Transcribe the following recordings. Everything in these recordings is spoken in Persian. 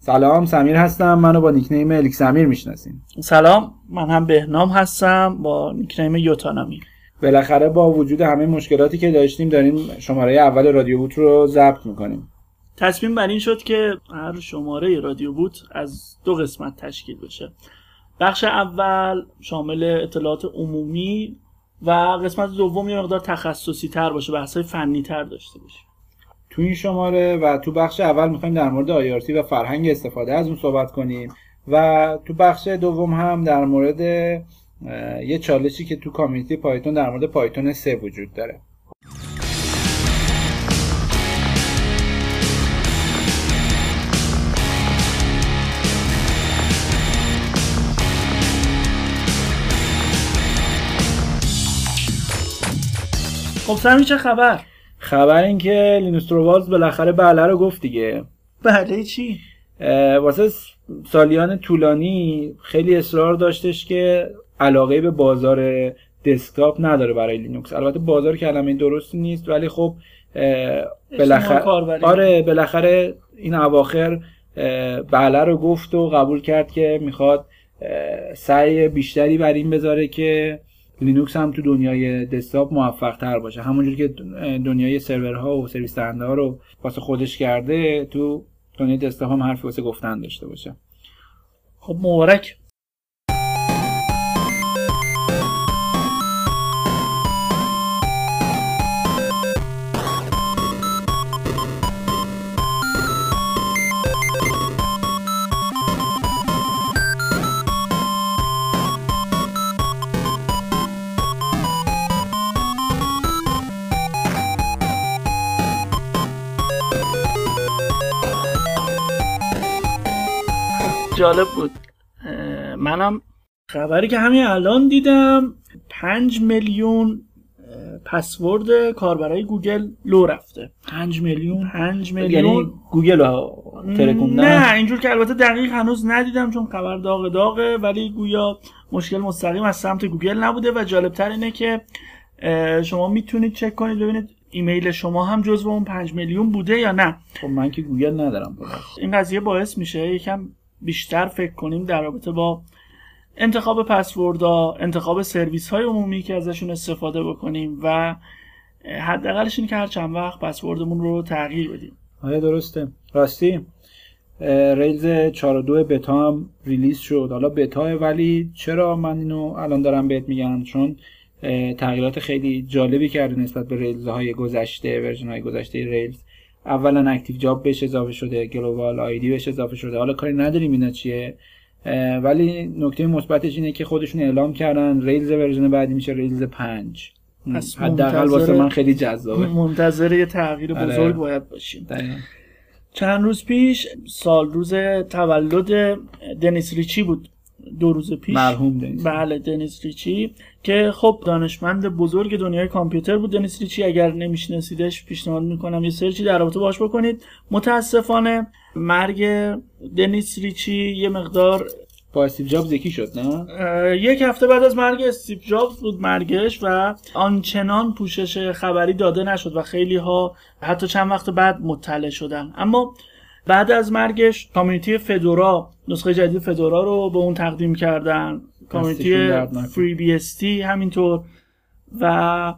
سلام، سمیر هستم. منو با نیکنیم الیک سمیر میشناسین. سلام، من هم بهنام هستم با نیکنیم یوتانامی. بالاخره با وجود همه مشکلاتی که داشتیم داریم شماره اول رادیو بوت رو ضبط میکنیم. تصمیم بر این شد که هر شماره رادیو بوت از 2 قسمت تشکیل بشه. بخش اول شامل اطلاعات عمومی و قسمت دوم یه مقدار تخصصی تر باشه، بحث‌های فنی تر داشته باشه. تو این شماره و تو بخش اول میخوایم در مورد IRC و فرهنگ استفاده از اون صحبت کنیم و تو بخش دوم هم در مورد یه چالشی که تو کامیونیتی پایتون در مورد پایتون 3 وجود داره. خب سمی چه خبر؟ خبر این که لینوس توروالدز بالاخره بله رو گفت دیگه. بله چی؟ واسه سالیان طولانی خیلی اصرار داشتش که علاقه به بازار دسکتاپ نداره برای لینوکس. البته بازار کلمه درستی نیست، ولی خب بالاخره این اواخر بله رو گفت و قبول کرد که میخواد سعی بیشتری بر این بذاره که لینوکس هم تو دنیای دسکتاپ موفق تر باشه. همونجوری که دنیای سرورها و سرویس دهنده ها رو واسه خودش کرده، تو دنیای دسکتاپ هم حرفی واسه گفتن داشته باشه. خب مبارک. جالب بود. منم خبری که همین الان دیدم 5 میلیون پسورد کاربرای گوگل لو رفته. 5 میلیون یعنی گوگل رو ترکوندن؟ نه اینجور که البته دقیق هنوز ندیدم چون خبر داغه، ولی گویا مشکل مستقیم از سمت گوگل نبوده و جالبتر اینه که شما میتونید چک کنید ببینید ایمیل شما هم جزو اون 5 میلیون بوده یا نه. خب من که گوگل ندارم. این قضیه باعث میشه یکم بیشتر فکر کنیم در رابطه با انتخاب پسوردها، انتخاب سرویس های عمومی که ازشون استفاده بکنیم و حداقلش اینه که هر چند وقت پسوردمون رو تغییر بدیم. آره درسته. راستی ریلز 4.2 بتا هم ریلیز شد. حالا بتا ولی چرا من اینو الان دارم بهت میگم؟ چون تغییرات خیلی جالبی کرده نسبت به ریلز های گذشته، ورژن های گذشته ریلز. اولا اکتیو جاب بهش اضافه شده، گلوبال آیدی بهش اضافه شده. حالا کاری نداریم اینا چیه، ولی نکته مثبتش اینه که خودشون اعلام کردن ریلز ورژن بعدی میشه ریلز 5. حداقل واسه من خیلی جذابه. منتظر یه تغییر بزرگ باید باشیم. چند روز پیش سال روز تولد دنیس ریچی بود. 2 روز پیش. مرحوم دنیس. بله دنیس ریچی که خب دانشمند بزرگ دنیای کامپیوتر بود. دنیس ریچی اگر نمیشناسیدش پیشنهاد میکنم یه سرچی در رابطه باهاش بکنید. متاسفانه مرگ دنیس ریچی یه مقدار با استیو جابز یکی شد نه؟ 1 هفته بعد از مرگ استیو جابز بود مرگش و آنچنان پوشش خبری داده نشد و خیلی ها حتی چند وقت بعد مطلع شدن. اما بعد از مرگش کامیونیتی فدورا نسخه جدید فدورا رو به اون تقدیم کردن، کامیونیتی فری بی اس تی همینطور و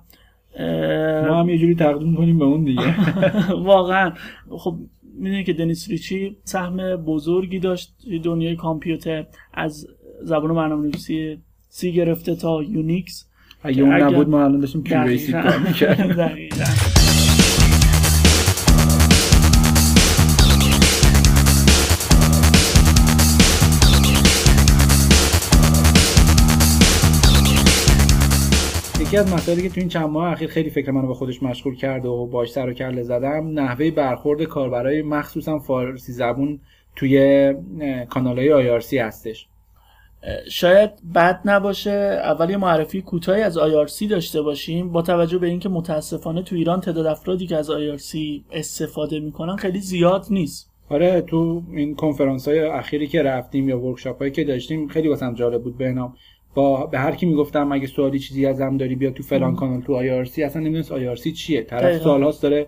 ما هم یه جوری تقدیم کنیم به اون دیگه. واقعا خب میدونی که دنیس ریچی سهم بزرگی داشت دنیای کامپیوتر، از زبان برنامه‌نویسی سی گرفته تا یونیکس. اگه اون نبود ما الان داشتیم کیو بیسیک کار می‌کردیم. دقیقاً. یکی از مسائلی که تو این چند ماه اخیر خیلی فکر منو به خودش مشغول کرد و باهاش سر و کله زدم، نحوه برخورد کاربرای مخصوصا فارسی زبون توی کانال‌های IRC هستش. شاید بد نباشه اول یه معرفی کوتاهی از IRC داشته باشیم با توجه به اینکه متاسفانه تو ایران تعداد افرادی که از IRC استفاده میکنن خیلی زیاد نیست. آره تو این کنفرانس‌های اخیری که رفتیم یا ورکشاپ‌هایی که داشتیم خیلی واسم جالب بود. بهنام به هر کی میگفتم اگه سوالی چیزی ازم داری بیا تو فلان کانال تو IRC، اصلا نمیدونست IRC چیه. طرف سال‌هاست داره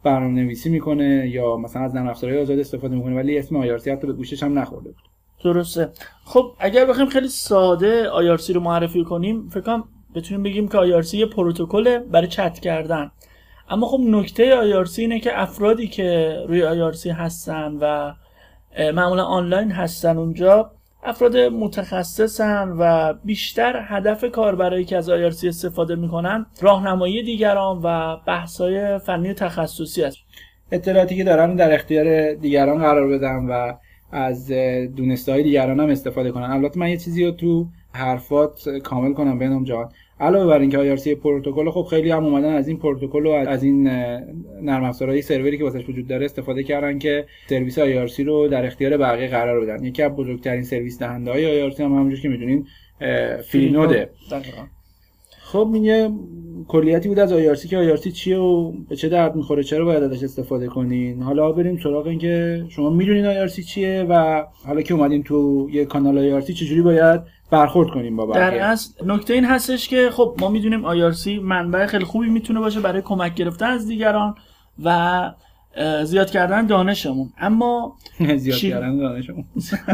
برنامه‌نویسی میکنه یا مثلا از نرم افزارهای آزاد استفاده میکنه، ولی اسم IRC حتی به گوشش هم نخورده بود. درسته. خب اگر بخوایم خیلی ساده IRC رو معرفی کنیم، فکر کنم بتونیم بگیم که IRC یه پروتکل برای چت کردن. اما خب نکته IRC اینه که افرادی که روی IRC هستن و معمولا آنلاین هستن اونجا افراد متخصصن و بیشتر هدف کاربرایی که از IRC استفاده میکنن راهنمایی دیگران و بحث‌های فنی تخصصی است. اطلاعاتی که دارن در اختیار دیگران قرار بدن و از دونسته‌های دیگران هم استفاده کنن. البته من یه چیزی رو تو حرفات کامل کنم بهنام جان، علاوه بر اینکه IRC پروتکل، خب خیلی هم اومدن از این پروتکل و از این نرم افزارهای سروری که واسش وجود داره استفاده کردن که سرویس IRC رو در اختیار بقیه قرار بدن. یکی از بزرگترین سرویس دهنده‌های IRC هم همونجوری که می‌دونین فیلینوده. خب این یه کلیتی بود از IRC که IRC چیه و به چه درد میخوره، چرا باید ازش استفاده کنین. حالا بریم سراغ این که شما میدونین IRC چیه و حالا که اومدین تو یه کانال IRC چجوری باید برخورد کنیم با بقیه. در اصل نکته این هستش که خب ما میدونیم IRC منبع خیلی خوبی میتونه باشه برای کمک گرفتن از دیگران و زیاد کردن دانشمون. اما کردن دانشمون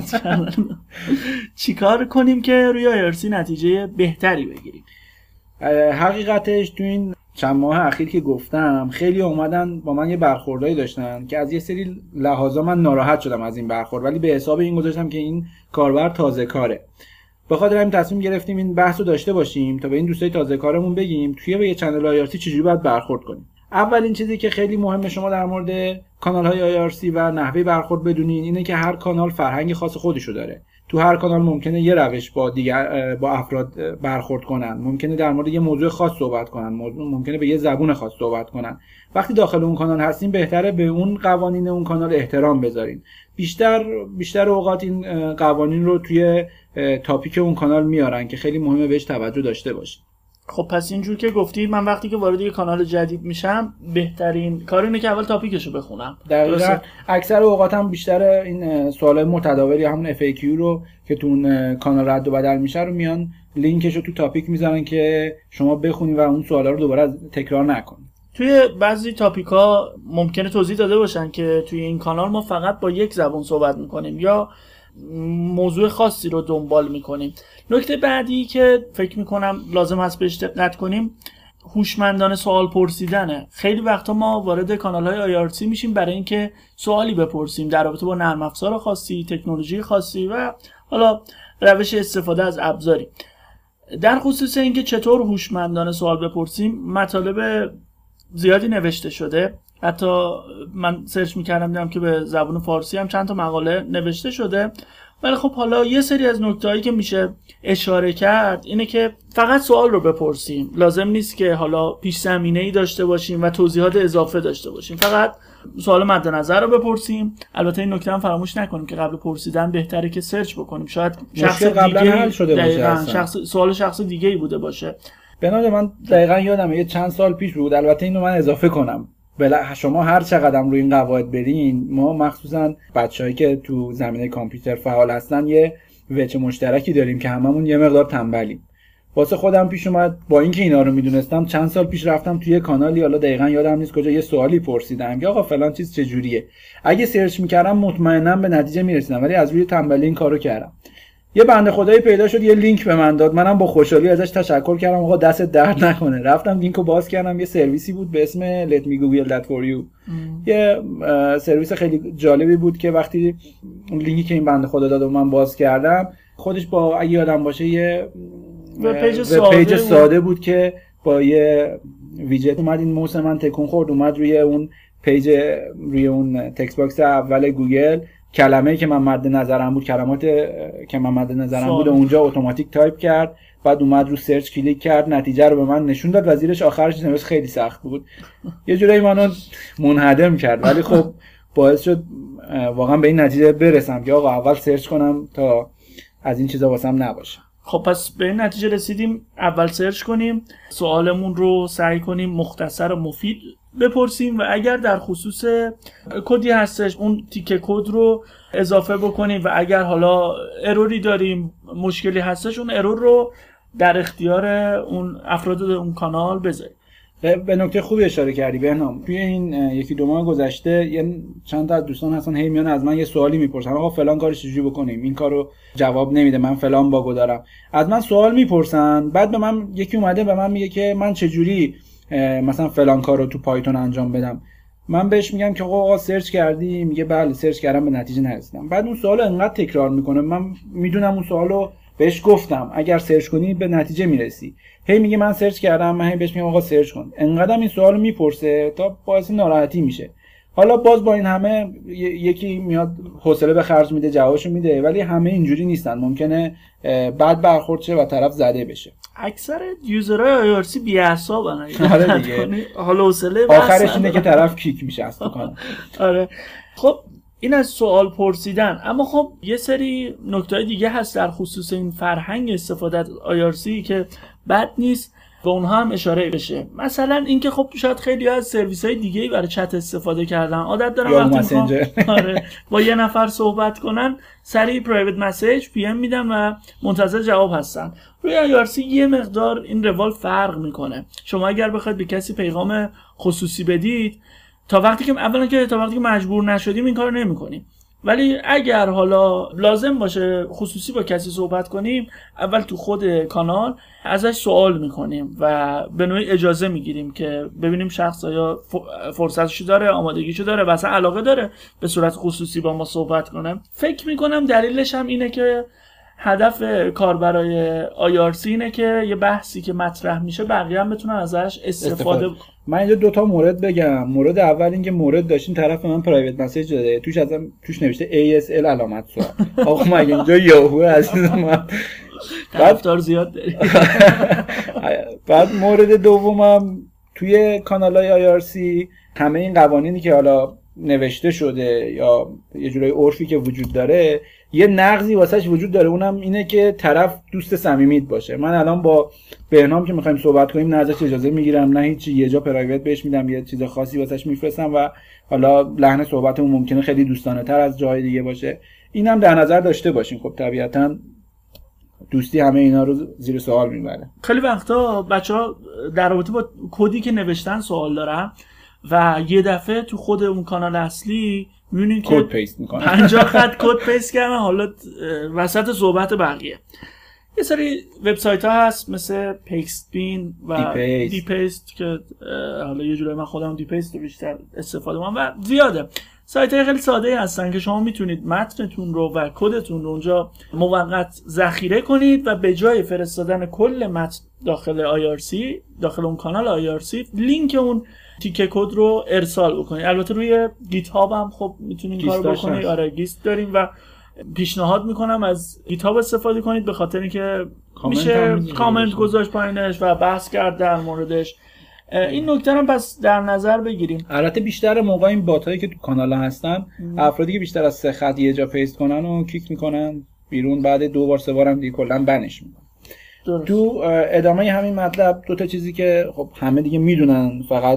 چیکار کنیم که روی IRC نتیجه بهتری بگیریم؟ حقیقتش تو این چند ماه اخیر که گفتم خیلی اومدن با من یه برخوردایی داشتن که از یه سری لحاظا من ناراحت شدم از این برخورد، ولی به حساب این گذاشتم که این کاربر تازه کاره. به خاطر همین تصمیم گرفتیم این بحث رو داشته باشیم تا به این دوستای تازه کارمون بگیم توی یه چنل IRC چجوری باید برخورد کنیم. اولین چیزی که خیلی مهمه شما در مورد کانال‌های IRC و نحوه برخورد بدونین اینه که هر کانال فرهنگ خاص خودشو داره. تو هر کانال ممکنه یه روش با افراد برخورد کنن، ممکنه در مورد یه موضوع خاص صحبت کنن، ممکنه به یه زبون خاص صحبت کنن. وقتی داخل اون کانال هستین بهتره به اون قوانین اون کانال احترام بذارین. بیشتر اوقات این قوانین رو توی تاپیک اون کانال میارن که خیلی مهمه بهش توجه داشته باشین. خب پس اینجور که گفتید من وقتی که وارد یه کانال جدید میشم بهترین کار اینه که اول تاپیکشو بخونم. دقیقاً اکثر اوقات هم بیشتر این سوالای متداول یا همون FAQ رو که تو اون کانال رد و بدل میشه رو میان لینکشو تو تاپیک میذارن که شما بخونید و اون سوالا رو دوباره تکرار نکنید. توی بعضی تاپیک‌ها ممکنه توضیح داده باشن که توی این کانال ما فقط با یک زبان صحبت میکنیم یا موضوع خاصی رو دنبال میکنیم. نکته بعدی که فکر میکنم لازم هست بهش دقت کنیم هوشمندانه سوال پرسیدنه. خیلی وقتا ما وارد کانال‌های IRC میشیم برای اینکه سوالی بپرسیم در رابطه با نرم افزار خاصی، تکنولوژی خاصی و حالا روش استفاده از ابزاری. در خصوص اینکه چطور هوشمندانه سوال بپرسیم مطالب زیادی نوشته شده. حتی من سرچ میکردم دیدم که به زبان فارسی هم چند تا مقاله نوشته شده. ولی خب حالا یه سری از نکتهایی که میشه اشاره کرد اینه که فقط سوال رو بپرسیم، لازم نیست که حالا پیش زمینه‌ای داشته باشیم و توضیحات اضافه داشته باشیم، فقط سوال مد نظر رو بپرسیم. البته این نکته هم فراموش نکنیم که قبل پرسیدن بهتره که سرچ بکنیم، شاید شخص قبلا حل شده باشه، سوال شخص دیگه‌ای بوده باشه. بنابراین من دقیقاً یادمه یه چند سال پیش بود، البته اینو من اضافه کنم، شما هر چقدر روی این قواعد برین، ما مخصوصا بچه‌هایی که تو زمینه کامپیوتر فعال هستن یه وجه مشترکی داریم که هممون یه مقدار تنبلیم. واسه خودم پیش اومد با اینکه اینا رو میدونستم چند سال پیش رفتم توی کانالی، حالا دقیقاً یادم نیست کجا، یه سوالی پرسیدم که آقا فلان چیز چجوریه. اگه سرچ می‌کردم مطمئناً به نتیجه میرسیدم، ولی از روی تنبلی این کارو کردم. یه بنده خدایی پیدا شد یه لینک به من داد، منم با خوشحالی ازش تشکر کردم، آقا دستت درد نکنه. رفتم لینکو باز کردم، یه سرویسی بود به اسم Let me Google that for you. یه سرویس خیلی جالبی بود که وقتی اون لینکی که این بنده خدا داد و من باز کردم، خودش با اگه یادم باشه یه وب پیج ساده بود که با یه ویجت اومد، این موس من تکون خورد اومد روی اون پیج، روی اون تکست باکس اول گوگل، کلمه‌ای که من مد نظرم بود، کلمات که من مد نظرم بود اونجا اتوماتیک تایپ کرد، بعد اومد رو سرچ کلیک کرد، نتیجه رو به من نشون داد و زیرش آخرش نوشت خیلی سخت بود. یه جورایی منو منهدم کرد، ولی خب باعث شد واقعا به این نتیجه برسم که آقا اول سرچ کنم تا از این چیزا واسم نباشه. خب پس به این نتیجه رسیدیم اول سرچ کنیم، سوالمون رو سعی کنیم مختصر و مفید بپرسیم و اگر در خصوص کدی هستش اون تیکه کد رو اضافه بکنیم و اگر حالا اروری داریم، مشکلی هستش، اون ارور رو در اختیار اون افراد اون کانال بذاریم. به نکته خوبی اشاره کردی بهنام. توی این یکی دو ماه گذشته یه چند تا از دوستان هستن هی میان از من یه سوالی میپرسن، آقا فلان کارو چجوری بکنیم، این کارو جواب نمیده، من فلان باگو دارم. از من سوال میپرسن، بعد به من یکی اومده به من میگه که من چجوری مثلا فلان کارو تو پایتون انجام بدم. من بهش میگم که آقا سرچ کردی؟ میگه بله سرچ کردم به نتیجه نرسیدم. بعد اون سوالو انقدر تکرار میکنه، من میدونم اون سوالو بهش گفتم اگر سرچ کنی به نتیجه میرسی. هی میگه من سرچ کردم، من هی بهش میگم آقا سرچ کن. انقدر این سوالو میپرسه تا باعث ناراحتی میشه. حالا باز با این همه یکی میاد حوصله به خرج میده جوابشو میده، ولی همه اینجوری نیستن، ممکنه بد برخورد شه و طرف زده بشه. اکثر یوزرهای IRC بی‌حسابن. آره دیگه. حالا حوصله آخرش اینه که طرف کیک میشه از دکان. آره. خب این از سوال پرسیدن. اما خب یه سری نکته دیگه هست در خصوص این فرهنگ استفاده از IRC که بد نیست به اونها هم اشاره بشه. مثلا اینکه خب شاید خیلی از سرویس‌های دیگه‌ای برای چت استفاده کردن، عادت دارن وقتی مسنجر آره با یه نفر صحبت کنن سریع پرایوت مسیج پی ام میدن و منتظر جواب هستن. روی IRC یه مقدار این روال فرق میکنه. شما اگر بخواید به کسی پیغام خصوصی بدید تا وقتی که مجبور نشدیم این کارو نمی‌کنیم، ولی اگر حالا لازم باشه خصوصی با کسی صحبت کنیم اول تو خود کانال ازش سوال میکنیم و به نوعی اجازه میگیریم که ببینیم شخص آیا فرصتشو داره، آمادگیشو داره و اصلا علاقه داره به صورت خصوصی با ما صحبت کنه. فکر میکنم دلیلش هم اینه که هدف کاربرای IRC اینه که یه بحثی که مطرح میشه بقیه هم بتونن ازش استفاده بکنن. من اینجا دو تا مورد بگم. مورد اول این که مورد داشتین طرف من پرایوت مسیج داده، توش نوشته ASL علامت سوال. آقا مگه اینجا یاهو عزیز من طرفدار زیاد داری. بعد مورد دومم توی کانالای IRC همه این قوانینی که حالا نوشته شده یا یه جورای عرفی که وجود داره یه نقضی واسش وجود داره، اونم اینه که طرف دوست صمیمیت باشه. من الان با بهنام که میخوایم صحبت کنیم نه ازش اجازه میگیرم نه هیچی، یه جا پرایوت بهش میدم، یه چیز خاصی واسش میفرستم و حالا لحن صحبتمون ممکنه خیلی دوستانه تر از جای دیگه باشه. اینم در نظر داشته باشین. خب طبیعتاً دوستی همه اینا رو زیر سوال میبره. خیلی وقتا بچه‌ها در رابطه با کدی که نوشتن سوال دارن و یه دفعه تو خود اون کانال اصلی میبینین که کد پیست میکنن، 50 خط کد پیست کردن حالا وسط صحبت بقیه. یه سری وبسایت ها هست مثل پیکستبین و دیپیست که حالا یه جوری من خودم دیپیست رو بیشتر استفاده میکنم و زیاده. سایت های خیلی ساده هستن که شما میتونید متنتون رو و کدتون رو اونجا موقت ذخیره کنید و به جای فرستادن کل متن داخل IRC داخل اون کانال IRC لینک اون تیکه کد رو ارسال بکنید. البته روی گیت هاب هم خب میتونید کار بکنید. آره گیست داریم و پیشنهاد میکنم از گیت هاب استفاده کنید به خاطر اینکه میشه کامنت گذاشت پایینش و بحث کرد در موردش. این نکته رو پس در نظر بگیریم. البته بیشتر موقع این باتایی که تو کانال هستن افرادی که بیشتر از 3 خط یه جا پیست کنن و کیک میکنن بیرون، بعد 2 بار 3 بارم دیگه کلا بنش میکنن. تو ادامه همین مطلب دو تا چیزی که خب همه دیگه میدونن فقط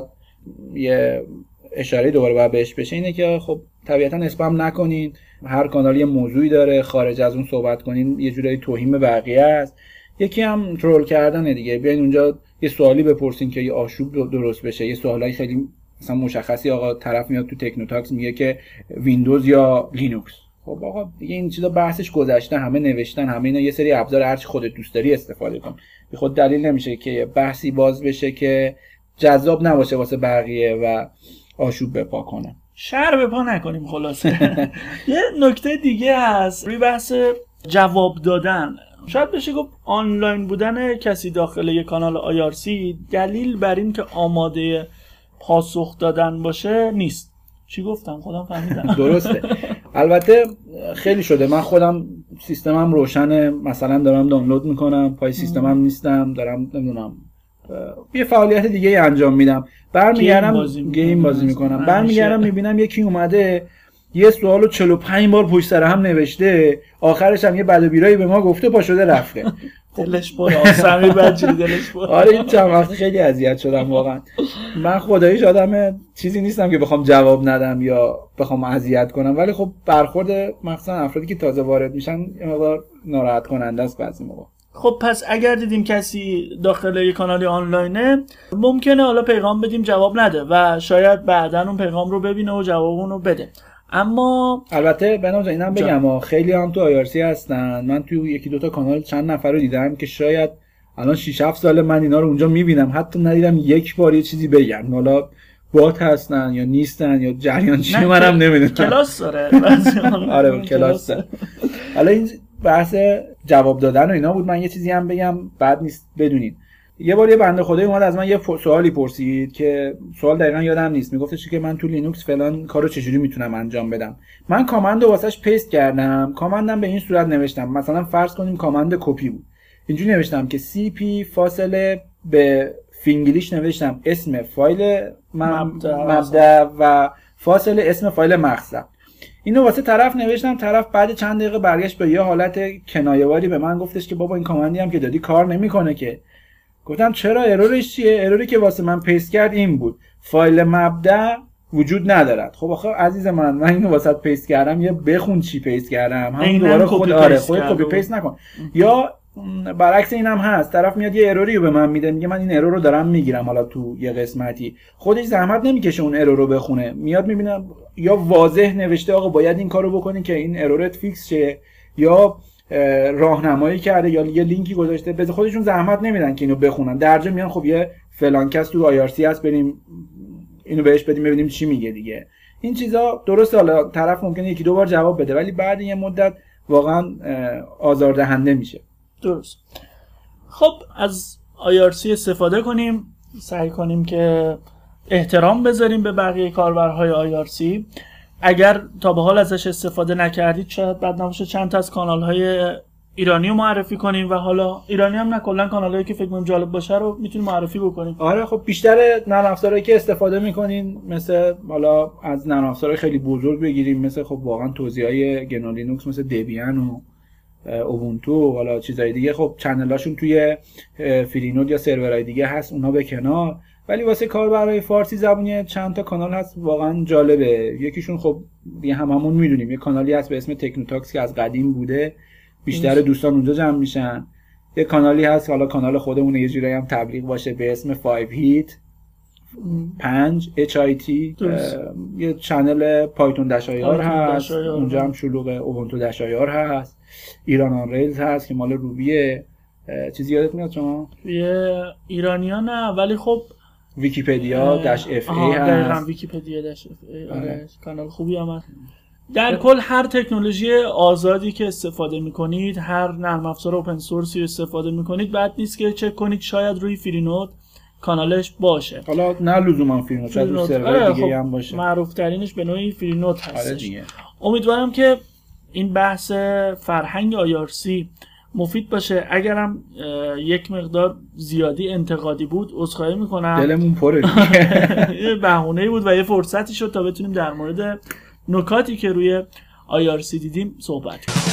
یه اشاره دوباره باید بهش بشه اینه که خب طبیعتا اسپم نکنین. هر کانال یه موضوعی داره، خارج از اون صحبت کنین یه جورایی توهین به بقیه است. یکی هم ترول کردنه دیگه. بیاین اونجا یه سوالی بپرسین که یه آشوب درست بشه، یه سوالای خیلی مثلا مشخصی. آقا طرف میاد تو تکنوتاکس میگه که ویندوز یا لینوکس. خب آقا دیگه این چیزا بحثش گذشته، همه نوشتن، همه اینا یه سری ابزار هرچی خودت دوست داری استفاده کن. بی خود دلیل نمیشه که بحثی باز بشه که جذاب نباشه واسه بقیه و آشوب بپا کنه. شر به پا نکنیم خلاصه. یه نکته دیگه هست روی بحث جواب دادن. شاید بشه گفت آنلاین بودن کسی داخل یک کانال IRC دلیل بر این که آماده پاسخ دادن باشه نیست. چی گفتم؟ خودم فهمیدم. درسته. البته خیلی شده من خودم سیستمم روشنه، مثلا دارم دانلود میکنم، پای سیستمم نیستم، دارم نمیدونم یه فعالیت دیگه انجام میدم، برمیگردم گیم بازی میکنم، برمیگردم میبینم یکی اومده یه سوالو 45 بار پشت سر هم نوشته، آخرش هم یه بد و بیرایی به ما گفته پا شده رفته. دلش پر آسمی بچی دلش پر. آره این چند وقت خیلی اذیت شدم واقعا. من خداییش آدم چیزی نیستم که بخوام جواب ندم یا بخوام اذیت کنم، ولی خب برخورد مثلا افرادی که تازه وارد میشن یه مقدار ناراحت کننده است بعضی موقع. خب پس اگر دیدیم کسی داخل یک کانال آنلاینه ممکنه حالا پیغام بدیم جواب نده و شاید بعداً اون پیغام رو ببینه و جواب اون رو بده. اما البته بنام اینم بگم خیلی هم تو آیارسی هستن، من تو یکی دوتا کانال چند نفر رو دیدم که شاید الان 6-7 سال من اینا رو اونجا میبینم حتی ندیدم یک بار یه چیزی بگن، حالا بات هستن یا نیستن یا جریان چی منم نمیدونم. کلاس داره. آره کلاس داره. حالا این بحث جواب دادن و اینا بود. من یه چیزی هم بگم بعد نیست بدونین. یه بار یه بنده خدایی اومد از من یه سوالی پرسید که سوال دقیقاً یادم نیست، میگفتش که من تو لینوکس فلان کارو چجوری میتونم انجام بدم. من کامندو واسش پیست کردم، کامندم به این صورت نوشتم، مثلا فرض کنیم کامند کپی بود، اینجوری نوشتم که cp فاصله به فینگلیش نوشتم اسم فایل مبدا و فاصله اسم فایل مخزن. اینو واسه طرف نوشتم، طرف بعد چند دقیقه برگشت به یه حالت کنایه‌واری به من گفتش که بابا این کامندی هم که دادی کار نمیکنه که. گفتم چرا؟ ارورش چیه؟ اروری که واسه من پیست کرد این بود فایل مبدا وجود ندارد. خب آخه عزیز من اینو واسه پیست کردم، یه بخون چی پیست کردم، همون دوباره خود کپی پیست نکن. یا برعکس اینم هست، طرف میاد یه اروری رو به من میده، میگه من این ارور رو دارم میگیرم حالا تو یه قسمتی، خودش زحمت نمیکشه اون ارور رو بخونه، میاد میبینم یا واضح نوشته آقا باید این کارو بکنی که این ارورت فیکس شه، یا راهنمایی کرده یا یه لینکی گذاشته، به خودشون زحمت نمیدن که اینو بخونن، درجا میان خب یه فلان کس تو آیارسی هست بریم اینو بهش بدیم ببینیم چی میگه دیگه. این چیزا درسته حالا طرف ممکنه یکی دو بار جواب بده ولی بعد یه مدت واقعا آزاردهنده میشه. درست. خب از آیارسی استفاده کنیم، سعی کنیم که احترام بذاریم به بقیه کاربرهای آیارسی. اگر تا به حال ازش استفاده نکردید شاید بعد نباشه چند تا از کانال‌های ایرانی رو معرفی کنیم و حالا ایرانی هم نه کلا کانالایی که فکر کنیم جالب باشه رو میتونیم معرفی بکنیم. آره خب بیشتر نرم افزارهایی که استفاده میکنین مثل حالا از نرم افزارهای خیلی بزرگ بگیریم مثل خب واقعا توزیعای گنو لینوکس مثل دبیان و اوبونتو و حالا چیزای دیگه، خب چنلاشون توی فرینود یا سرورهای دیگه هست، اونا به کنار. ولی واسه کاربرای فارسی زبونی چند تا کانال هست واقعا جالبه. یکیشون خب دیگه هممون میدونیم، یه کانالی هست به اسم تکنوتاکس که از قدیم بوده، بیشتر دوستان اونجا جمع میشن. یه کانالی هست حالا کانال خودمون یه جورایی هم تبلیغ باشه به اسم 5 هیت 5 HIT، یه چنل پایتون دشایار هست اونجا هم شلوغه، اوبونتو دشایار هست، ایران آن ریلز هست که مال روبیه. چیزی یادت میاد شما؟ یه ایرانیا نه ولی خب ویکی‌پدیا داش اف ای هست. دقیقاً ویکی‌پدیا داش اف ای آره کانال خوبی هم هست. در کل هر تکنولوژی آزادی که استفاده میکنید، هر نرم افزار اوپن سورسی استفاده میکنید، بعد نیست که چک کنید شاید روی فرینود کانالش باشه. حالا نه لزوما فرینود، شاید روی سرور دیگه خب هم باشه. معروف ترینش به نوعی فرینود هستش. آره دیگه. امیدوارم که این بحث فرهنگ آیارسی مفید باشه. اگرم یک مقدار زیادی انتقادی بود عذرخواهی میکنم، دلمون پره دیگه. یه بهونه‌ای بود و یه فرصتی شد تا بتونیم در مورد نکاتی که روی آیارسی دیدیم صحبت کنیم.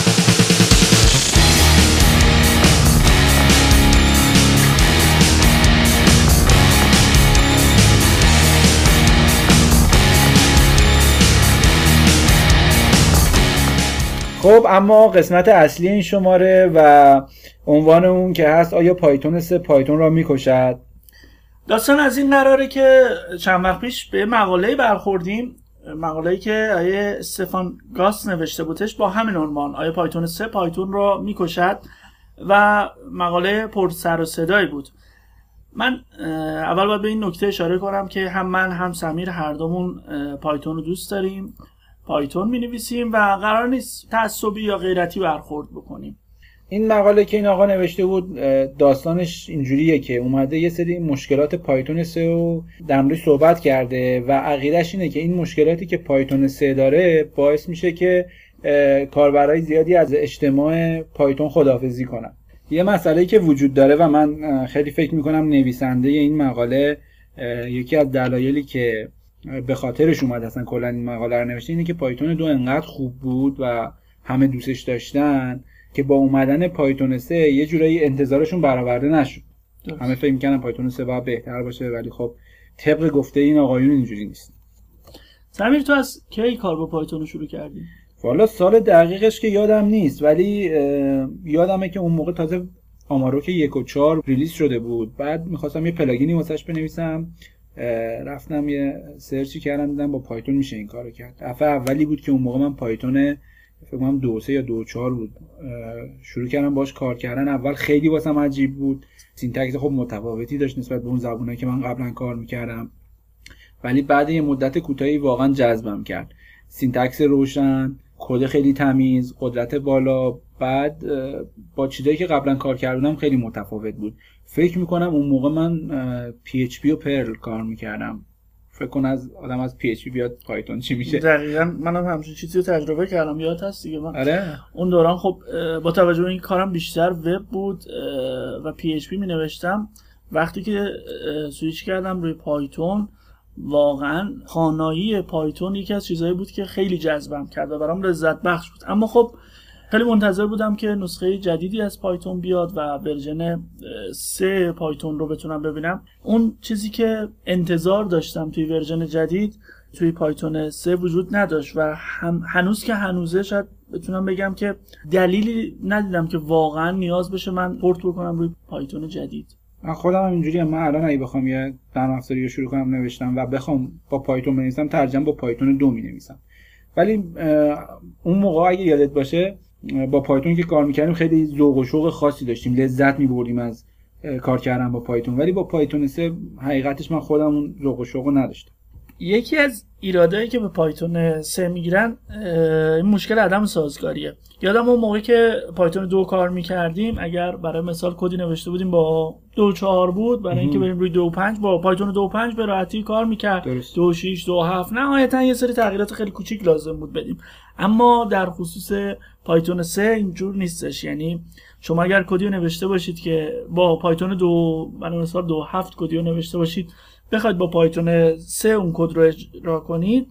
خب اما قسمت اصلی این شماره و عنوان اون که هست آیا پایتون 3 پایتون را میکشد؟ داستان از این قراره که چند وقت پیش به مقاله‌ای برخوردیم، مقاله‌ای که آیه استفان گاس نوشته بودش با همین عنوان، آیا پایتون 3 پایتون را میکشد، و مقاله پر سر و صدایی بود. من اول باید به این نکته اشاره کنم که هم من هم سمیر هر دومون پایتون رو دوست داریم، پایتون می‌نویسیم و قرار نیست تعصبی یا غیرتی برخورد بکنیم. این مقاله که این آقا نوشته بود داستانش اینجوریه که اومده یه سری مشکلات پایتون 3 رو در موردش صحبت کرده و عقیده‌اش اینه که این مشکلاتی که پایتون 3 داره باعث میشه که کاربرای زیادی از اجتماع پایتون خداحافظی کنن. یه مسئله‌ای که وجود داره و من خیلی فکر می‌کنم نویسنده این مقاله یکی از دلایلی که به خاطرش اومد اصلا کلا این مقاله رو نوشته اینه که پایتون 2 انقدر خوب بود و همه دوستش داشتن که با اومدن پایتون 3 یه جورایی انتظارشون برآورده نشد. همه فکر می‌کنن پایتون 3 باید بهتر باشه ولی خب طبق گفته این آقایون اینجوری نیست. سمیر تو از کی کار با پایتون شروع کردی؟ والا سال دقیقش که یادم نیست، ولی یادمه که اون موقع تازه آماروک 1.4 ریلیز شده بود. بعد میخواستم یه پلاگینی واسش بنویسم، رفتم یه سرچی کردم دیدم با پایتون میشه این کارو کرد. دفعه اولی بود که اون موقع من پایتون فکر کنم 2.3 یا 2.4 بود شروع کردم باش کار کردن. اول خیلی واسم عجیب بود، سینتکس خب متفاوتی داشت نسبت به اون زبونایی که من قبلا کار میکردم، ولی بعد یه مدت کوتاهی واقعا جذبم کرد. سینتکس روشن، کد خیلی تمیز، قدرت بالا، بعد با چیزایی که قبلا کار کردم خیلی متفاوت بود. فکر میکنم اون موقع من PHP و پرل کار میکردم. فکر کن از آدم از PHP بیاد پایتون چی میشه. دقیقاً منم همچین چیزی رو تجربه کردم، یاد هست دیگه. من آره اون دوران خب با توجه به این کارم بیشتر وب بود و PHP می نوشتم. وقتی که سویچ کردم روی پایتون، واقعا خوانایی پایتون یکی از چیزایی بود که خیلی جذبم کرد و برام لذت بخش بود. اما خب خیلی منتظر بودم که نسخه جدیدی از پایتون بیاد و ورژن 3 پایتون رو بتونم ببینم. اون چیزی که انتظار داشتم توی ورژن جدید توی پایتون 3 وجود نداشت و هنوز که هنوزه شاید بتونم بگم که دلیلی ندیدم که واقعا نیاز بشه من پورت بکنم روی پایتون جدید. من خودم هم اینجوریه. من الان اگه بخوام یه نرم افزاری رو شروع کنم نوشتم و بخوام با پایتون بنویسم، ترجمه با پایتون 2 می‌نویسم. ولی اون موقع اگه یادت باشه با پایتون که کار می‌کردیم خیلی ذوق و شوق خاصی داشتیم، لذت می‌بردیم از کار کردن با پایتون. ولی با پایتون 3 حقیقتش من خودم اون ذوق و شوق نداشتم. یکی از ایرادایی که به پایتون 3 میگیرن این مشکل عدم سازگاریه. یادم اون موقع که پایتون 2 کار میکردیم، اگر برای مثال کدی نوشته بودیم با 2.4 بود، برای اینکه بریم روی 2.5 با پایتون 2.5 به راحتی کار میکرد. 2.6 2.7 نهایتا یه سری تغییرات خیلی کوچیک لازم بود بدیم. اما در خصوص پایتون 3 اینجور نیستش. یعنی شما اگر کدی نوشته باشید که با پایتون 2 برای مثال 2.7 کدی نوشته باشید، بخواید با پایتون 3 اون کد رو اجرا کنید،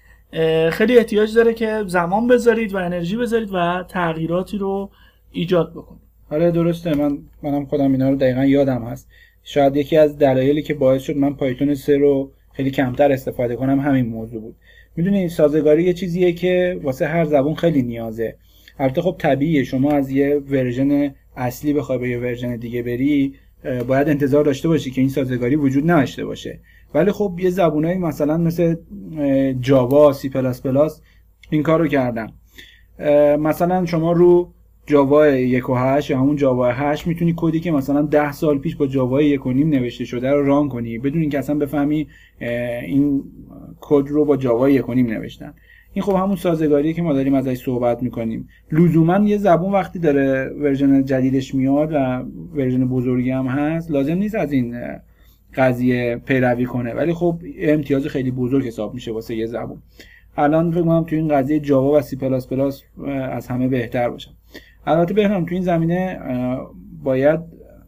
خیلی احتیاج داره که زمان بذارید و انرژی بذارید و تغییراتی رو ایجاد بکنید. آره درسته. منم خودم اینا رو دقیقاً یادم هست. شاید یکی از دلایلی که باعث شد من پایتون 3 رو خیلی کمتر استفاده کنم همین موضوع بود. میدونی سازگاری یه چیزیه که واسه هر زبون خیلی نیازه. البته خب طبیعیه شما از یه ورژن اصلی بخوای به یه ورژن دیگه بری، باید انتظار داشته باشی که این سازگاری وجود نداشته باشه. ولی خب یه زبونایی مثلا مثل جاوا، سی پلاس پلاس این کارو کردن. مثلا شما رو جاوا 1.8 یا همون جاوا 8 میتونی کدی که مثلا 10 سال پیش با جاوا 1.5 نوشته شده رو ران کنی بدون اینکه اصلا بفهمی این کد رو با جاوا 1.5 نوشتن. این خب همون سازگاریه که ما داریم ازش صحبت میکنیم. لزوما یه زبون وقتی داره ورژن جدیدش میاد و ورژن بزرگی هم هست، لازم نیست از این قضیه پیروی کنه، ولی خب امتیاز خیلی بزرگ حساب میشه واسه یه زبون. الان فکر کنم تو این قضیه جاوا و سی پلاس پلاس از همه بهتر باشن. البته بهترم تو این زمینه باید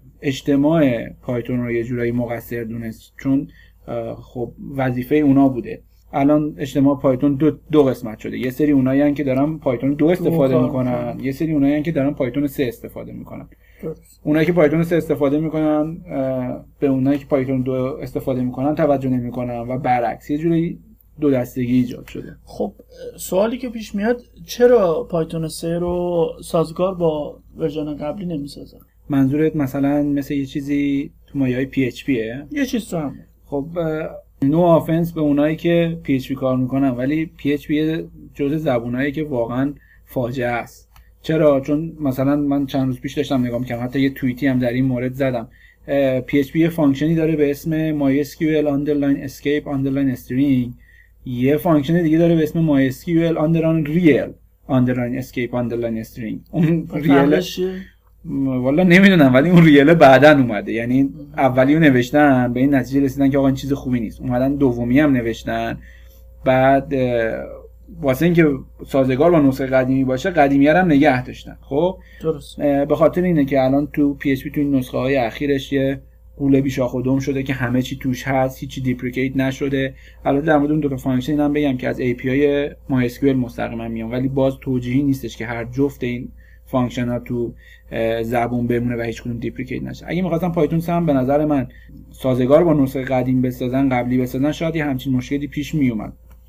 اجتماع پایتون رو یه جورایی مقصر دونست، چون خب وظیفه اونا بوده. الان اجتماع پایتون دو قسمت شده. یه سری اونایین که دارن پایتون 2 استفاده میکنن، یه سری اونایین که دارن پایتون 3 استفاده میکنن. اونایی که پایتون 3 استفاده میکنن به اونایی که پایتون 2 استفاده میکنن توجه نمیکنن و برعکس. یه جوری دو دستگی ایجاد شده. خب سوالی که پیش میاد، چرا پایتون 3 رو سازگار با ورژن قبلی نمیسازن؟ منظورت مثلا مثل یه چیزی تو مایه‌های PHPه؟ یه چیز تو هم. خب نو آفنس به اونایی که PHP کار میکنن، ولی PHP جزء زبونایی که واقعا فاجعه است. چرا؟ چون مثلا من چند روز پیش داشتم نگاه می‌کردم، حتی یه توییتی هم در این مورد زدم. PHP یه فانکشنی داره به اسم MySQL _escape _string، یه فانکشن دیگه داره به اسم MySQL _real _escape _string. اون ریلش والا نمیدونم، ولی اون ریل بعدن اومده. یعنی اولیو نوشتن به این نتیجه رسیدن که آقا این چیز خوبی نیست، اومدن دومی هم نوشتن، بعد واسه اینکه سازگار با نسخه قدیمی باشه قدیمی هم نگه داشتن. خب درست. به خاطر اینه که الان تو PHP تو این نسخه های اخیرش یه قوله بیشاخ و دم شده که همه چی توش هست، هیچی دیپریکیت نشده. البته در مورد اون دو تا فانکشن اینم بگم که از API MySQL مستقیما میان، ولی باز توجیهی نیستش که هر جفت این فانکشن ها تو زبون بمونه و هیچ کدوم دیپریکیت نشه. اگه می‌خواستم پایتون 3 به نظر من سازگار با نسخه قدیم بسازن، قبلی بسازن، شاید یه همچین مشکلی پیش میومد.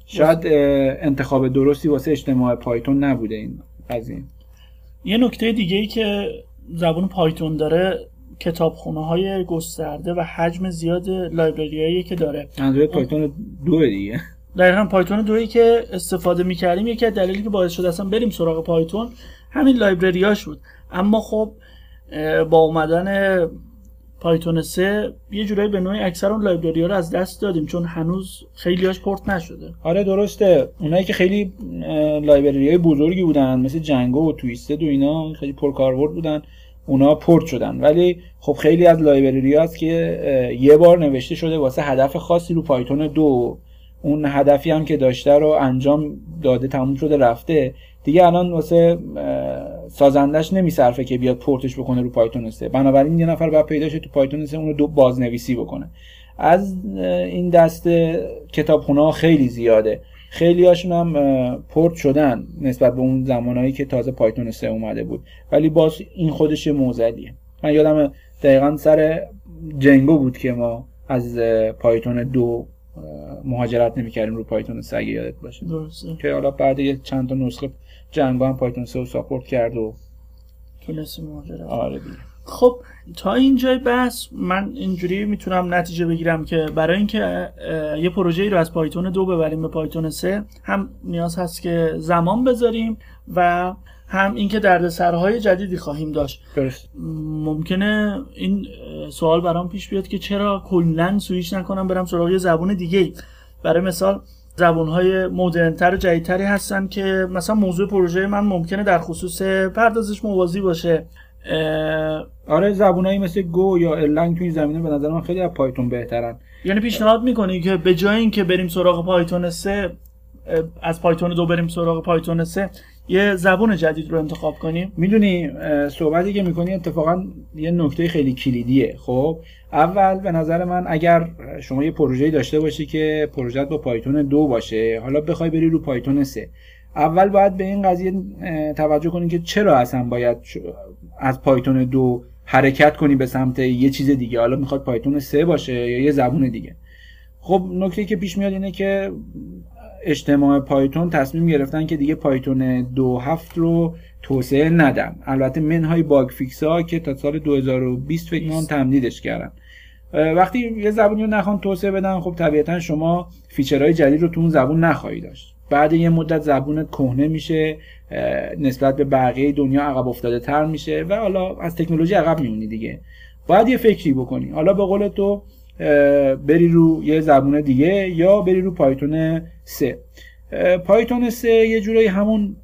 شاید انتخاب درستی واسه اجتماع پایتون نبوده این قضیه. یه نکته دیگه ای که زبان پایتون داره کتابخونه‌های گسترده و حجم زیاد لایبرریایی که داره. منظور پایتون 2 دیگه. دقیقاً پایتون 2 که استفاده می‌کردیم یکی از دلایلی که باعث شد اصلا بریم سراغ پایتون همین لایبرریاش بود. اما خب با اومدن پایتون 3 یه جورایی به نوعی اکثر اون لایبرری‌ها رو از دست دادیم چون هنوز خیلی‌هاش پورت نشده. آره درسته. اونایی که خیلی لایبرری‌های بزرگی بودن مثل جنگو و تویستد و اینا خیلی پرکاربرد بودن، اونا پورت شدن. ولی خب خیلی از لایبرری‌ها هست که یه بار نوشته شده واسه هدف خاصی رو پایتون 2، اون هدفی هم که داشته رو انجام داده، تموم شده رفته دیگه، الان واسه سازندش نمیصرفه که بیاد پورتش بکنه رو پایتون 3. بنابراین یه نفر باید پیدا شه تو پایتون 3 اون رو بازنویسی بکنه. از این دسته کتابخونه‌ها خیلی زیاده، خیلی هاشون هم پورت شدن نسبت به اون زمانهایی که تازه پایتون 3 اومده بود، ولی باز این خودش معضلیه. من یادم دقیقاً سر جنگو بود که ما از پایتون 2 مهاجرت نمی‌کردیم رو پایتون 3 اگه یادت باشه. درسته. که حالا بعد یه چند تا نسخه جنگو هم پایتون 3 رو ساپورت کرد و تونستیم مهاجرت. آره دیگه. خب تا اینجای بحث من اینجوری میتونم نتیجه بگیرم که برای اینکه یه پروژه‌ای رو از پایتون 2 ببریم به پایتون 3 هم نیاز هست که زمان بذاریم و هم اینکه دردسرهای جدیدی خواهیم داشت. درست. ممکنه این سوال برام پیش بیاد که چرا کلاً سویچ نکنم برم سراغ یه زبان دیگه‌ای. برای مثال زبان‌های مدرن‌تر و جدیدتری هستن که مثلا موضوع پروژه من ممکنه در خصوص پردازش موازی باشه. آره زبونایی مثل گو یا ارلنگ تو این زمینه به نظر من خیلی از پایتون بهترن. یعنی پیشنهاد می‌کنی که به جای اینکه بریم سراغ پایتون 3 از پایتون 2 بریم سراغ پایتون 3 یه زبان جدید رو انتخاب کنیم؟ میدونی صحبتی که میکنی اتفاقا یه نکته خیلی کلیدیه. خب اول به نظر من اگر شما یه پروژه‌ای داشته باشی که پروژه‌ت با پایتون 2 باشه، حالا بخوای بری رو پایتون 3، اول باید به این قضیه توجه کنی که چرا اصلا باید از پایتون 2 حرکت کنی به سمت یه چیز دیگه، حالا میخواد پایتون 3 باشه یا یه زبون دیگه. خب نکته که پیش میاد اینه که اجتماع پایتون تصمیم گرفتن که دیگه پایتون 2.7 رو توسعه ندن. البته منهای باگ فیکس ها که تا سال 2020 فکر کنم تمدیدش کردن. وقتی یه زبونی رو نخوان توسعه بدن خب طبیعتا شما فیچرهای جدید رو تو اون زبون نخواهی داشت. بعد یه مدت زبونت کهنه میشه، نسبت به بقیه دنیا عقب افتاده تر میشه و حالا از تکنولوژی عقب میمونی دیگه. باید یه فکری بکنی، حالا به قول تو بری رو یه زبون دیگه یا بری رو پایتون 3. پایتون 3 یه جورایی همون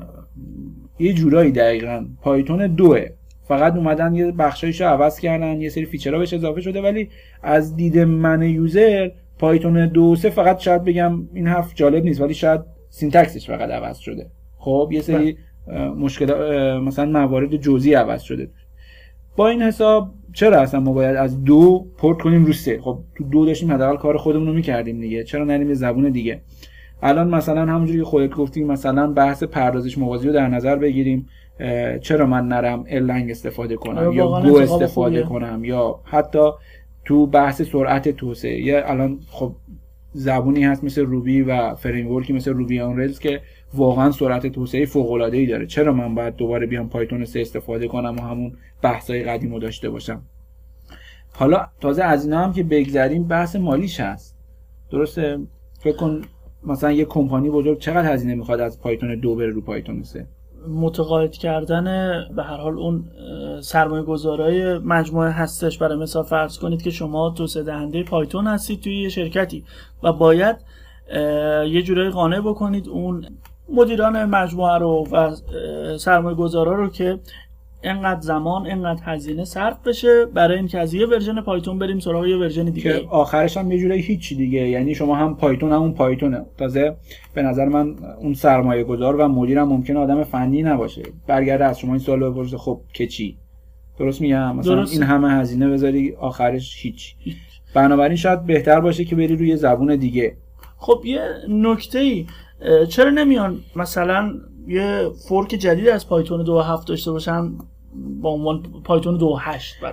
یه جورایی دقیقاً پایتون 2، فقط اومدن یه بخشایشو عوض کردن، یه سری فیچرها بهش اضافه شده، ولی از دید من یوزر پایتون 2 3 فقط شاید بگم این حرف جالب نیست ولی شاید سینتکسش فقط عوض شده. خب یه سری مشکلات مثلا موارد جزئی عوض شده. با این حساب چرا اصلا ما باید از 2 پورت کنیم رو 3؟ خب تو 2 داشتیم حداقل کار خودمون رو می‌کردیم دیگه، چرا نریم یه زبون دیگه؟ الان مثلا همونجوری که خودت گفتی مثلا بحث پردازش موازی رو در نظر بگیریم، چرا من نرم ارلنگ استفاده کنم یا گو استفاده کنم یا حتی تو بحث سرعت توسعه یا الان خب زبونی هست مثل روبی و فریم ورکی مثل روبی آن ریلز که واقعا سرعت توسعه فوق العاده ای داره. چرا من باید دوباره بیام پایتون 3 استفاده کنم و همون بحثای قدیمو داشته باشم؟ حالا تازه از اینا هم که بگذریم بحث مالیش هست. درسته؟ فکر کن مثلا یه کمپانی بزرگ چقدر هزینه میخواد از پایتون 2 بره رو پایتون 3؟ متقاعد کردن به هر حال اون سرمایه‌گذارای مجموعه هستش. برای مثال فرض کنید که شما توسعه دهنده پایتون هستید توی یه شرکتی و باید یه جورایی قانع بکنید اون مدیران مجموعه رو و سرمایه‌گذارا رو که اینقدر زمان اینقدر هزینه صرف بشه برای اینکه از یه ورژن پایتون بریم سراغ یه ورژن دیگه که آخرش هم یه جورایی هیچی دیگه. یعنی شما هم پایتون همون پایتونه. تازه به نظر من اون سرمایه گذار و مدیرم ممکنه آدم فنی نباشه، برگرده از شما این سوالو بپرسه خب که چی؟ درست میگم؟ مثلا درست. این همه هزینه بذاری آخرش هیچ. بنابراین شاید بهتر باشه که بری روی زبون دیگه. خب یه نکته‌ای چرا نمیان مثلا یه فورک جدید از پایتون 2.7 داشته باشن با عنوان پایتون 2.8 برای مثلا؟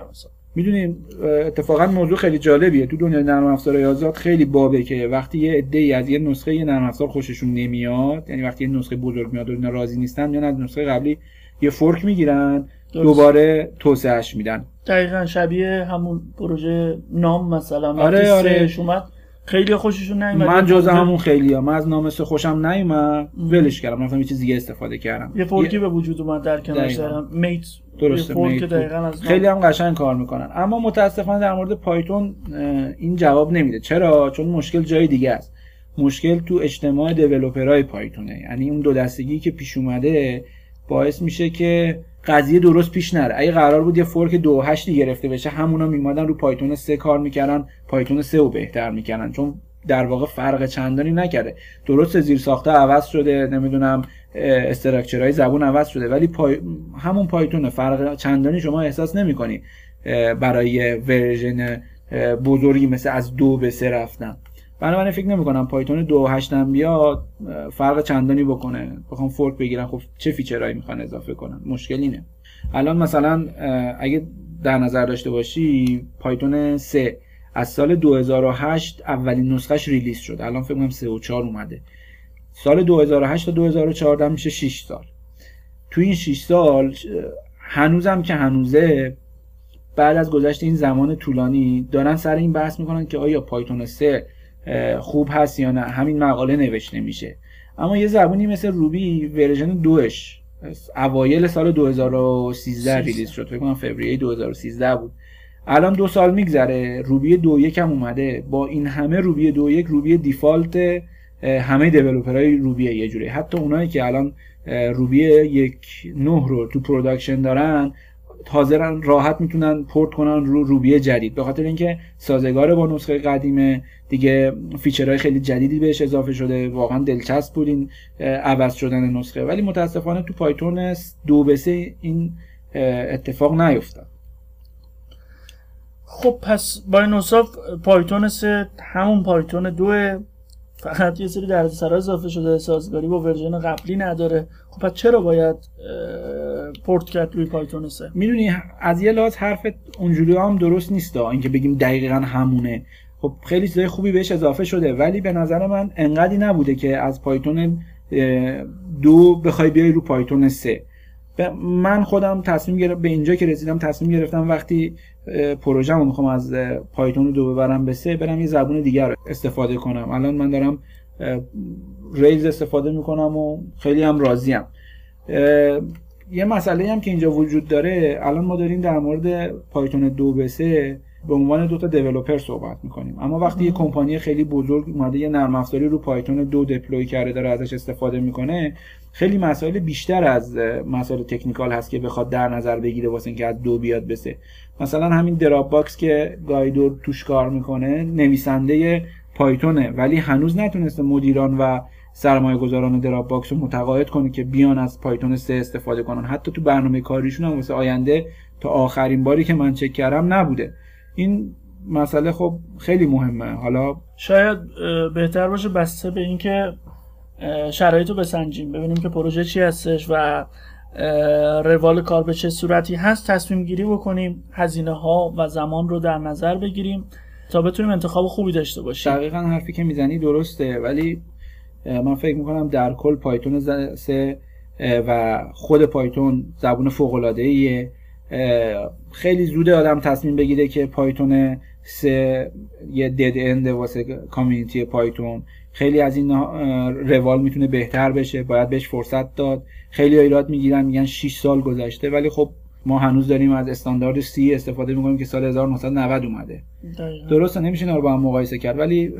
میدونین اتفاقا موضوع خیلی جالبیه تو دنیای نرم افزارهای آزاد. خیلی بابه که وقتی یه عده‌ای از یه نسخه یه نرم افزار خوششون نمیاد، یعنی وقتی یه نسخه بزرگ میاد و اینا راضی نیستن، میان از نسخه قبلی یه فورک میگیرن، دوباره توسعهش میدن. دقیقاً شبیه همون پروژه نام مثلا. آره اومد خیلی خوششون نیومد. من جزء همون خیلی‌ها، من از نام 3 خوشم نیومد، ولش کردم، رفتم یه چیز دیگه استفاده کردم. یه فورکی به وجود اومد در کنارش دارم میت. درسته، فورک دقیقاً از خیلی هم قشنگ کار میکنن. اما متاسفانه در مورد پایتون این جواب نمیده. چرا؟ چون مشکل جای دیگه است. مشکل تو اجتماع دیولپرهای پایتونه. یعنی اون دو دستگی که پیش اومده باعث میشه که قضیه درست پیش نره. اگه قرار بود یه فورک 2.8 گرفته بشه، همونا میمادن رو پایتون 3 کار میکردن، پایتون 3 رو بهتر میکردن، چون در واقع فرق چندانی نکرده. درست زیر ساخته عوض شده، نمیدونم استراکچرهای زبون عوض شده، ولی همون پایتون فرق چندانی شما احساس نمی‌کنی برای ورژن بزرگی مثل از 2 به 3 رفتن. بنابراین فکر نمی‌کنم پایتون 2.8 هم بیاد فرق چندانی بکنه. بخوام فورک بگیرن، خب چه فیچرهایی میخوان اضافه کنن؟ مشکل اینه. الان مثلا اگه در نظر داشته باشی پایتون 3 از سال 2008 اولین نسخش ریلیز شد، الان فکر کنم 3 و 4 اومده. سال 2008 تا 2014 میشه 6 سال. تو این 6 سال هنوزم که هنوزه، بعد از گذشت این زمان طولانی دارن سر این بحث میکنن که آیا پایتون 3 خوب هست یا نه. همین مقاله نوشته میشه. اما یه زبونی مثل روبی ورژن 2ش اوایل سال 2013 ریلیز شد، فکر کنم فوریه 2013 بود. الان 2 سال میگذره، روبی 2.1 هم اومده. با این همه روبی 2.1 روبی دیفالت همه دیولپرهای روبیه یه جوری. حتی اونایی که الان روبی 1.9 رو تو پروداکشن دارن حاضرن راحت میتونن پورت کنن رو روبی جدید، به خاطر اینکه سازگار با نسخه قدیمه دیگه. فیچرهای خیلی جدیدی بهش اضافه شده. واقعا دلچسب بود این عوض شدن نسخه، ولی متاسفانه تو پایتون 2 به 3 این اتفاق نیفتاد. خب پس با این اوصاف پایتون 3 همون پایتون 2، فقط یه سری دردسرا اضافه شده، سازگاری با ورژن قبلی نداره. خب پس چرا باید پورت کرد روی پایتون 3؟ میدونی از یه لحاظ حرفت اونجوری هم درست نیست، اینکه بگیم دقیقاً همونه. خب خیلی چیزای خوبی بهش اضافه شده، ولی به نظر من انقدی نبوده که از پایتون 2 بخوای بیای رو پایتون 3. من خودم به اینجا که رسیدم تصمیم گرفتم وقتی پروژه‌مو میخوام از پایتون 2 ببرم به 3 برم یه زبون دیگر استفاده کنم. الان من دارم ریلز استفاده میکنم و خیلی هم راضیم. یه مسئله هم که اینجا وجود داره، الان ما داریم در مورد پایتون 2 به 3 به عنوان 2 تا دیولپر صحبت میکنیم، اما وقتی یه کمپانی خیلی بزرگ اومده یه نرم افزاری رو پایتون 2 دیپلوی کرده داره ازش استفاده میکنه، خیلی مسائل بیشتر از مسائل تکنیکال هست که بخواد در نظر بگیره واسه اینکه از 2 بیاد به 3. مثلا همین دراپ باکس که گایدور توش کار میکنه نویسنده پایتونه، ولی هنوز نتونسته مدیران و سرمایه‌گذاران دراپ باکس رو متقاعد کنه که بیان از پایتون 3 استفاده کنن. حتی تو برنامه کاریشون هم واسه آینده تا آخرین باری که من چک کردم نبوده. این مسئله خب خیلی مهمه. حالا شاید بهتر باشه بسته به اینکه شرایطو بسنجیم، ببینیم که پروژه چی هستش و روال کار به چه صورتی هست، تصمیم گیری بکنیم، هزینه ها و زمان رو در نظر بگیریم تا بتونیم انتخاب خوبی داشته باشیم. دقیقاً حرفی که میزنی درسته، ولی من فکر میکنم در کل پایتون 3 و خود پایتون زبون فوق‌العاده‌ایه. خیلی زوده آدم تصمیم بگیره که پایتون 3 یه دد اند واسه کامیونیتی پایتون. خیلی از این روال میتونه بهتر بشه، باید بهش فرصت داد. خیلی ایراد میگیرن میگن 6 سال گذشته، ولی خب ما هنوز داریم از استاندارد سی استفاده میکنیم که سال 1990 اومده. درسته نمیشه اینا رو با هم مقایسه کرد، ولی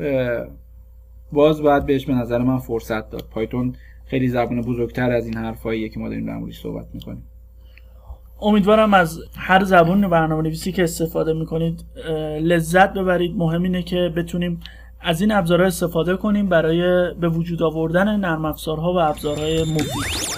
باز باید بهش به نظر من فرصت داد. پایتون خیلی زبان بزرگتر از این حرفاییه که ما داریم در موردش صحبت میکنیم. امیدوارم از هر زبان برنامه‌نویسی که استفاده میکنید لذت ببرید. مهم اینه که بتونیم از این ابزارها استفاده کنیم برای به وجود آوردن نرم افزارها و ابزارهای مفید.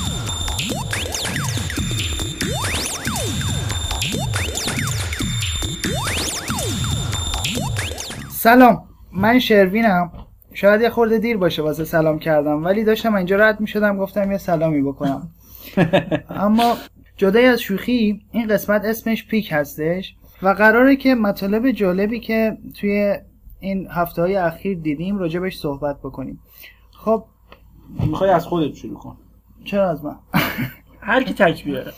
سلام، من شروینم. شاید یه خورده دیر باشه واسه سلام کردم، ولی داشتم اینجا رد میشدم گفتم یه سلامی بکنم. اما جدای از شوخی، این قسمت اسمش پیک هستش و قراره که مطالب جالبی که توی این هفته‌های اخیر دیدیم راجبش صحبت بکنیم. خب میخوای از خودت شروع کن؟ چرا از من؟ هر کی تک بیاره.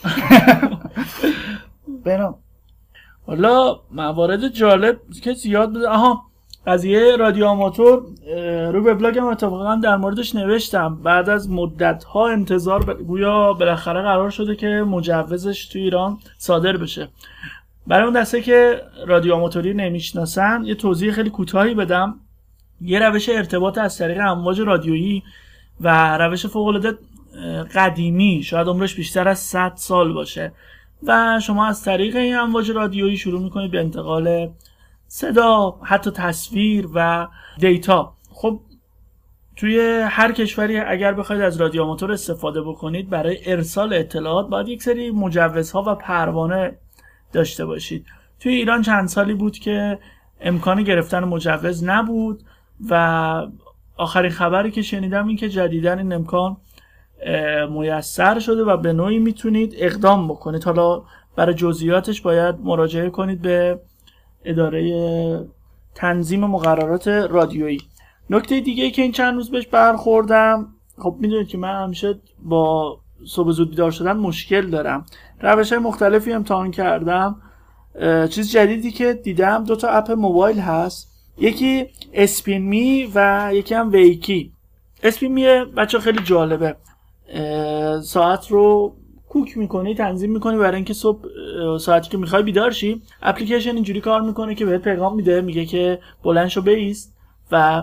برام حالا موارد جالب که زیاد بوده. قضیه رادیو آماتور رو وبلاگم اتفاقا در موردش نوشتم. بعد از مدت‌ها انتظار گویا بالاخره قرار شده که مجوزش تو ایران صادر بشه. برای اون دسته که رادیو آماتوری نمیشناسن یه توضیح خیلی کوتاهی بدم. یه روش ارتباط از طریق امواج رادیویی و روش فوق‌العاده قدیمی، شاید عمرش بیشتر از 100 سال باشه و شما از طریق این امواج رادیویی شروع میکنید به انتقال صدا، حتی تصویر و دیتا. خب توی هر کشوری اگر بخواید از رادیو آماتور استفاده بکنید برای ارسال اطلاعات باید یک سری مجوزها و پروانه داشته باشید. توی ایران چند سالی بود که امکان گرفتن مجوز نبود و آخرین خبری که شنیدم این که جدیداً این امکان میسر شده و به نوعی میتونید اقدام بکنید. حالا برای جزئیاتش باید مراجعه کنید به اداره تنظیم مقررات رادیویی. نکته دیگه که این چند روز بهش برخوردم، خب میدونید که من همیشه با صبح زود بیدار شدن مشکل دارم. روش‌های مختلفی امتحان کردم. چیز جدیدی که دیدم 2 تا اپ موبایل هست، یکی اسپین می و یکی هم ویکی. اسپین می بچه خیلی جالبه، ساعت رو کوک میکنی، تنظیم میکنی برای اینکه صبح ساعتی که میخوای بیدار شی. اپلیکیشن اینجوری کار میکنه که بهت پیغام میده، میگه که بلند شو بایست و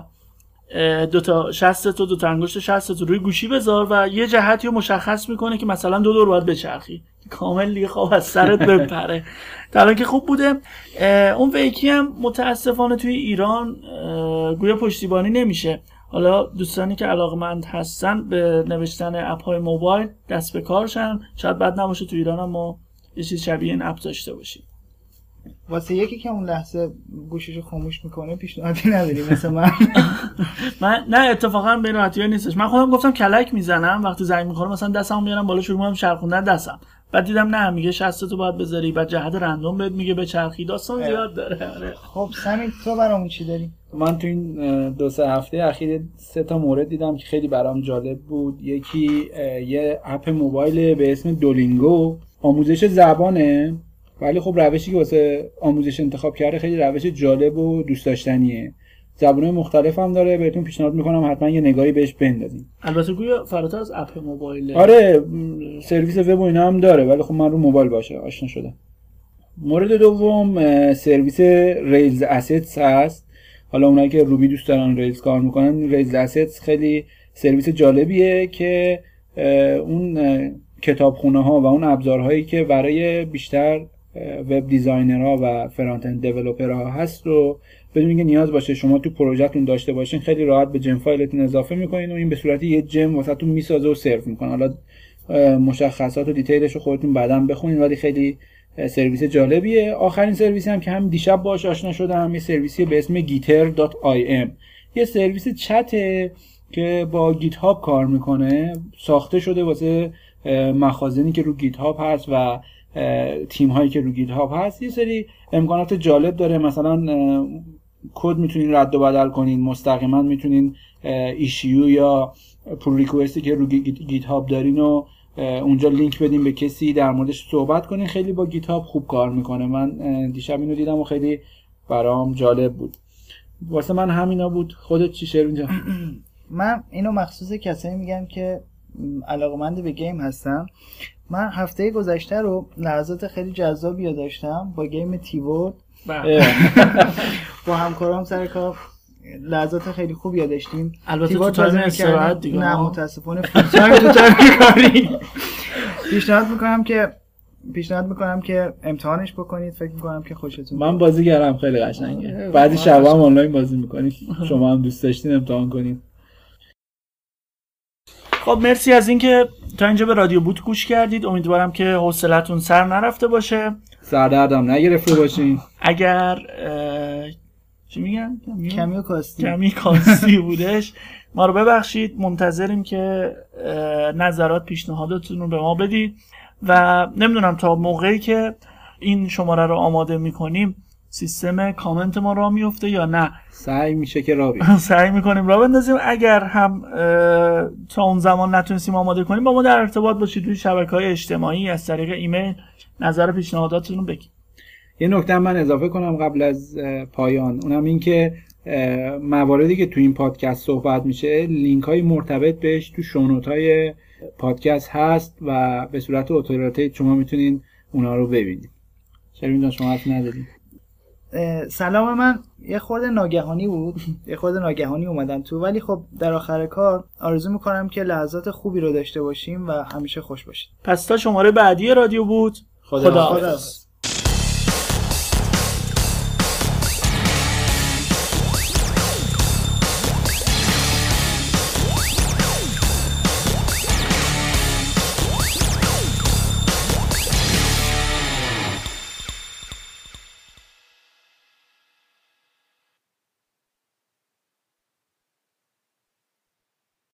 2 تا شستت و 2 تا انگشت شستت روی گوشی بذار و یه جهتی رو مشخص میکنه که مثلا 2 دور باید بچرخی، کامل دیگه خواب از سرت بپره. تا که خوب بوده. اون ویکی هم متاسفانه توی ایران گویا پشتیبانی نمیشه. حالا دوستانی که علاقمند هستن به نوشتن اپ های موبایل دست به کارشن. شاید بد نباشه تو ایران هم ما یه چیز شبیه این اپ داشته باشیم. واسه یکی که اون لحظه گوشیشو خاموش میکنه پیشنهادی نداری مثل من؟ من نه، اتفاقا به راحتی نیستش. من خودم گفتم کلک میزنم وقتی زنگ میخوره، مثلا دستمو میارم بالا شروع میکنم چرخوندن دستم، بعد دیدم نه میگه شستتو باید بذاری، بعد جهت رندوم بهت میگه بچرخی، داستان زیاد داره. خب سمین تو برامون چی داری؟ من تو این 2-3 هفته اخیر 3 تا مورد دیدم که خیلی برام جالب بود. یکی یه اپ موبایل به اسم دولینگو، آموزش زبانه، ولی خب روشی که واسه آموزش انتخاب کرده خیلی روش جالب و دوست داشتنیه. زبان‌های مختلف هم داره. بهتون پیشنهاد میکنم حتما یه نگاهی بهش بندازین. البته گویا فراتر از اپ موبایل، آره سرویس وب و اینا هم داره، ولی خب من رو موبایل باشه آشنا شدم. مورد دوم سرویس ریلز اسیتس هست. حالا اونایی که روبی دوست دارن ریلز کار میکنن، ریلز اسیتس خیلی سرویس جالبیه که اون کتابخونه ها و اون ابزارهایی که برای بیشتر وب دیزاینرها و فرانت اند دیولپرها هست رو بدون اینکه نیاز باشه شما تو پروژهتون داشته باشین خیلی راحت به جم فایلتون اضافه میکنین و این به صورت یه جم واسهتون میسازه و سرو میکنه. حالا مشخصات و دیتیلش رو خودتون بعداً بخونین، ولی خیلی سرویس جالبیه. آخرین سرویسی هم که هم دیشب باهاش آشنا شدم، یه سرویسی به اسم gitter.im، یه سرویس چته که با گیت هاب کار میکنه، ساخته شده واسه مخازنی که رو گیت هاب هست و تیم هایی که رو گیت هاب هست. یه سری امکانات جالب داره، مثلا کد میتونین رد و بدل کنین، مستقیما میتونین ایشیو یا پول ریکوئستی که رو گیت هاب دارین و اونجا لینک بدین به کسی در موردش صحبت کنین. خیلی با گیت هاب خوب کار میکنه. من دیشب اینو دیدم و خیلی برام جالب بود. واسه من همینا بود. خودت چی شروع اینجا؟ من اینو مخصوص کسایی میگم که علاقه‌مند به گیم هستن. من هفته گذشته رو لحظات خیلی جذابی داشتم با گیم تیورد. با همکارام سر کار لحظات خیلی خوبی داشتیم. البته تو تایم استراحت دیگه. نه متاسفانه فول تایم تو تایم کاری. پیشنهاد میکنم که امتحانش بکنید. فکر میکنم که خوشتون من بازی کردم، خیلی قشنگه. بعضی شبا هم آنلاین بازی میکنید. شما هم دوست داشتین امتحان کنید. خب مرسی از اینکه تا اینجا به رادیو بوت گوش کردید. امیدوارم که حوصلتون سر نرفته باشه، سردردم نگرفته باشین. اگر چی میگن؟ کمی کاستی بودش ما رو ببخشید. منتظریم که نظرات پیشنهاداتون رو به ما بدید و نمیدونم تا موقعی که این شماره رو آماده میکنیم سیستم کامنت ما راه میفته یا نه؟ سعی میشه که راه بیفتیم. سعی میکنیم راه بندازیم. اگر هم تا اون زمان نتونستیم آماده کنیم با ما در ارتباط باشید روی شبکه‌های اجتماعی، از طریق ایمیل نظر پیشنهاداتتون رو بگید. یه نکته من اضافه کنم قبل از پایان، اونم این که مواردی که تو این پادکست صحبت میشه لینک های مرتبط بهش تو شونوت های پادکست هست و به صورت اتوماتیک شما میتونین اونا رو ببینید. شروین جان شما حرف ندارید؟ سلام، من یه خورده ناگهانی بود، یه خورده ناگهانی اومدم تو، ولی خب در آخر کار آرزو میکنم که لحظات خوبی رو داشته باشیم و همیشه خوش باشید. پس تا شماره بعدی رادیو بود. خدا حافظ.